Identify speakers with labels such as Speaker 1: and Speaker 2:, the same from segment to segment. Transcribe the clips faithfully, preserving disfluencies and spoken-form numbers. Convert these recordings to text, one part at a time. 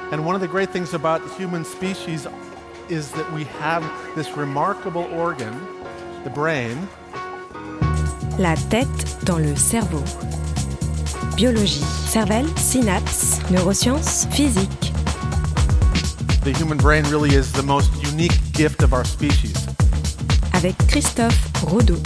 Speaker 1: And one of the great things about the human species is that we have this remarkable organ, the brain.
Speaker 2: La tête dans le cerveau. Biologie, cervelle, synapses, neurosciences, physique.
Speaker 1: The human brain really is the most unique gift of our species.
Speaker 2: Avec Christophe Rodeau.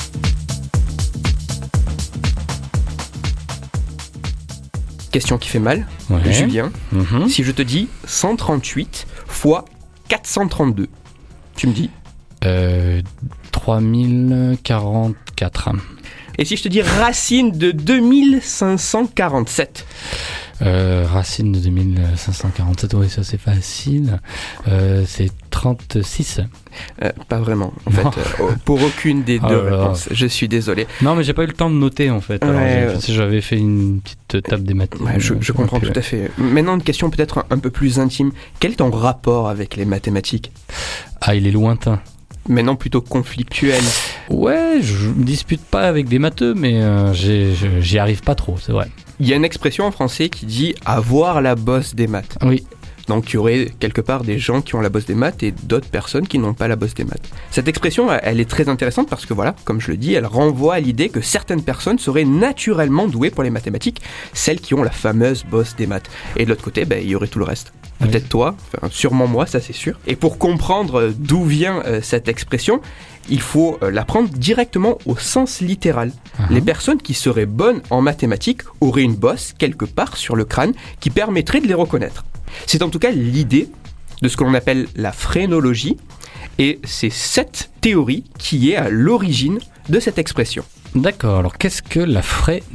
Speaker 3: Question qui fait mal,
Speaker 4: ouais.
Speaker 3: Julien.
Speaker 4: Mm-hmm.
Speaker 3: Si je te dis cent trente-huit fois quatre cent trente-deux, tu me dis
Speaker 4: euh, trois mille quarante-quatre.
Speaker 3: Et si je te dis racine de deux mille cinq cent quarante-sept?
Speaker 4: euh, Racine de deux mille cinq cent quarante-sept, oui, ça c'est facile. Euh, c'est trente-six.
Speaker 3: Euh, pas vraiment, en fait, euh, pour aucune des deux
Speaker 4: oh
Speaker 3: réponses. Je suis désolé.
Speaker 4: Non, mais j'ai pas eu le temps de noter, en fait. Alors,
Speaker 3: ouais,
Speaker 4: j'ai, j'avais fait une petite table des maths.
Speaker 3: Ouais, je, je comprends tout à fait. Maintenant, une question peut-être un, un peu plus intime. Quel est ton rapport avec les mathématiques?
Speaker 4: Ah, il est lointain.
Speaker 3: Maintenant, plutôt conflictuel.
Speaker 4: Ouais, je me dispute pas avec des matheux, mais euh, j'ai, je, j'y arrive pas trop, c'est vrai.
Speaker 3: Il y a une expression en français qui dit « avoir la bosse des maths ».
Speaker 4: Oui.
Speaker 3: Donc il y aurait quelque part des gens qui ont la bosse des maths et d'autres personnes qui n'ont pas la bosse des maths. Cette expression, elle est très intéressante parce que voilà, comme je le dis, elle renvoie à l'idée que certaines personnes seraient naturellement douées pour les mathématiques, celles qui ont la fameuse bosse des maths. Et de l'autre côté, ben, il y aurait tout le reste. Peut-être oui. toi, enfin, sûrement moi, ça c'est sûr. Et pour comprendre d'où vient euh, cette expression, il faut euh, la prendre directement au sens littéral. Uh-huh. Les personnes qui seraient bonnes en mathématiques auraient une bosse quelque part sur le crâne qui permettrait de les reconnaître. C'est en tout cas l'idée de ce que l'on appelle la phrénologie, et c'est cette théorie qui est à l'origine de cette expression.
Speaker 4: D'accord, alors qu'est-ce que la phrénologie ?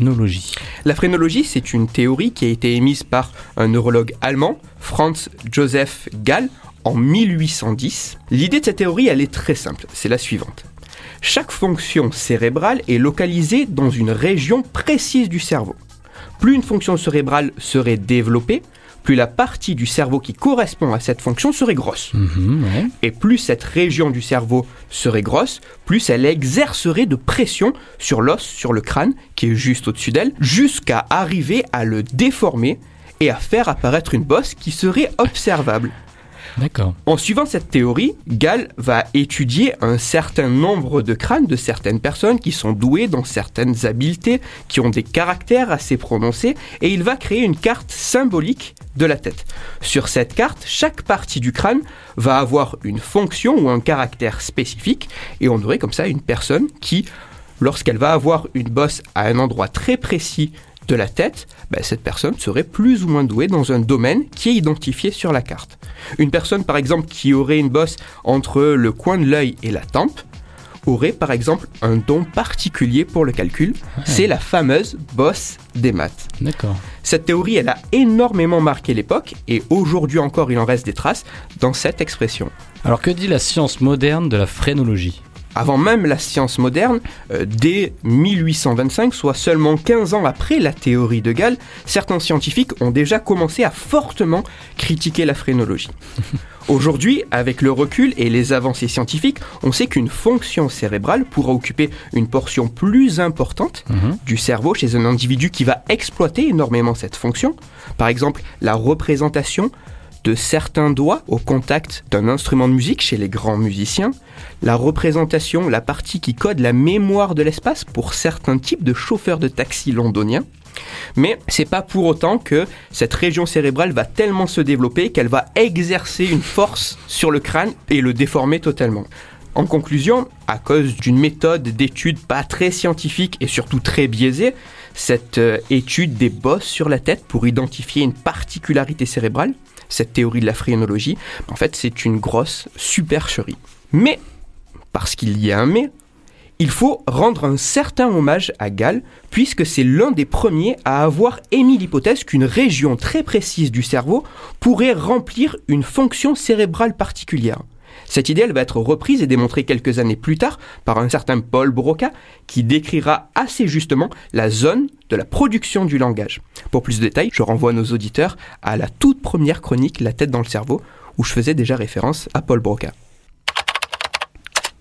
Speaker 3: La phrénologie, c'est une théorie qui a été émise par un neurologue allemand, Franz Joseph Gall, en mille huit cent dix. L'idée de cette théorie, elle est très simple, c'est la suivante. Chaque fonction cérébrale est localisée dans une région précise du cerveau. Plus une fonction cérébrale serait développée, plus la partie du cerveau qui correspond à cette fonction serait grosse.
Speaker 4: Mmh, ouais.
Speaker 3: Et plus cette région du cerveau serait grosse, plus elle exercerait de pression sur l'os, sur le crâne, qui est juste au-dessus d'elle, jusqu'à arriver à le déformer et à faire apparaître une bosse qui serait observable.
Speaker 4: D'accord.
Speaker 3: En suivant cette théorie, Gall va étudier un certain nombre de crânes de certaines personnes qui sont douées dans certaines habiletés, qui ont des caractères assez prononcés, et il va créer une carte symbolique de la tête. Sur cette carte, chaque partie du crâne va avoir une fonction ou un caractère spécifique, et on aurait comme ça une personne qui, lorsqu'elle va avoir une bosse à un endroit très précis de la tête, ben cette personne serait plus ou moins douée dans un domaine qui est identifié sur la carte. Une personne, par exemple, qui aurait une bosse entre le coin de l'œil et la tempe, aurait, par exemple, un don particulier pour le calcul. Ouais. C'est la fameuse bosse des maths.
Speaker 4: D'accord.
Speaker 3: Cette théorie, elle a énormément marqué l'époque, et aujourd'hui encore, il en reste des traces dans cette expression.
Speaker 4: Alors, que dit la science moderne de la phrénologie ?
Speaker 3: Avant même la science moderne, euh, dès mille huit cent vingt-cinq, soit seulement quinze ans après la théorie de Gall, certains scientifiques ont déjà commencé à fortement critiquer la phrénologie. Aujourd'hui, avec le recul et les avancées scientifiques, on sait qu'une fonction cérébrale pourra occuper une portion plus importante mmh. du cerveau chez un individu qui va exploiter énormément cette fonction. Par exemple, la représentation de certains doigts au contact d'un instrument de musique chez les grands musiciens, la représentation, la partie qui code la mémoire de l'espace pour certains types de chauffeurs de taxi londoniens. Mais c'est pas pour autant que cette région cérébrale va tellement se développer qu'elle va exercer une force sur le crâne et le déformer totalement. En conclusion, à cause d'une méthode d'étude pas très scientifique et surtout très biaisée, cette euh, étude des bosses sur la tête pour identifier une particularité cérébrale, cette théorie de la phrénologie, en fait, c'est une grosse supercherie. Mais, parce qu'il y a un mais, il faut rendre un certain hommage à Gall, puisque c'est l'un des premiers à avoir émis l'hypothèse qu'une région très précise du cerveau pourrait remplir une fonction cérébrale particulière. Cette idée, elle va être reprise et démontrée quelques années plus tard par un certain Paul Broca, qui décrira assez justement la zone de la production du langage. Pour plus de détails, je renvoie nos auditeurs à la toute première chronique La tête dans le cerveau, où je faisais déjà référence à Paul Broca.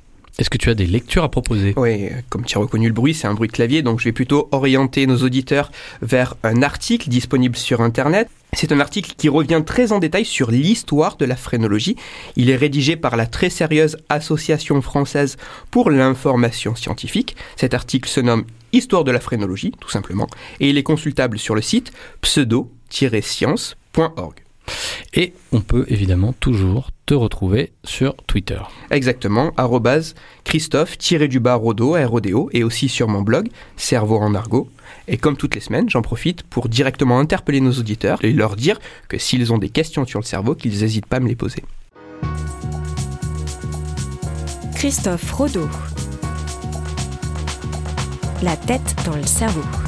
Speaker 4: Est-ce que tu as des lectures à proposer ?
Speaker 3: Oui, comme tu as reconnu le bruit, c'est un bruit de clavier, donc je vais plutôt orienter nos auditeurs vers un article disponible sur Internet. C'est un article qui revient très en détail sur l'histoire de la phrénologie. Il est rédigé par la très sérieuse Association française pour l'information scientifique. Cet article se nomme « Histoire de la phrénologie », tout simplement, et il est consultable sur le site pseudo tiret science point org.
Speaker 4: Et on peut évidemment toujours te retrouver sur Twitter.
Speaker 3: Exactement, arrobase Christophe-Rodo, R O D O, et aussi sur mon blog, Cerveau en argot. Et comme toutes les semaines, j'en profite pour directement interpeller nos auditeurs et leur dire que s'ils ont des questions sur le cerveau, qu'ils n'hésitent pas à me les poser.
Speaker 2: Christophe Rodo. La tête dans le cerveau.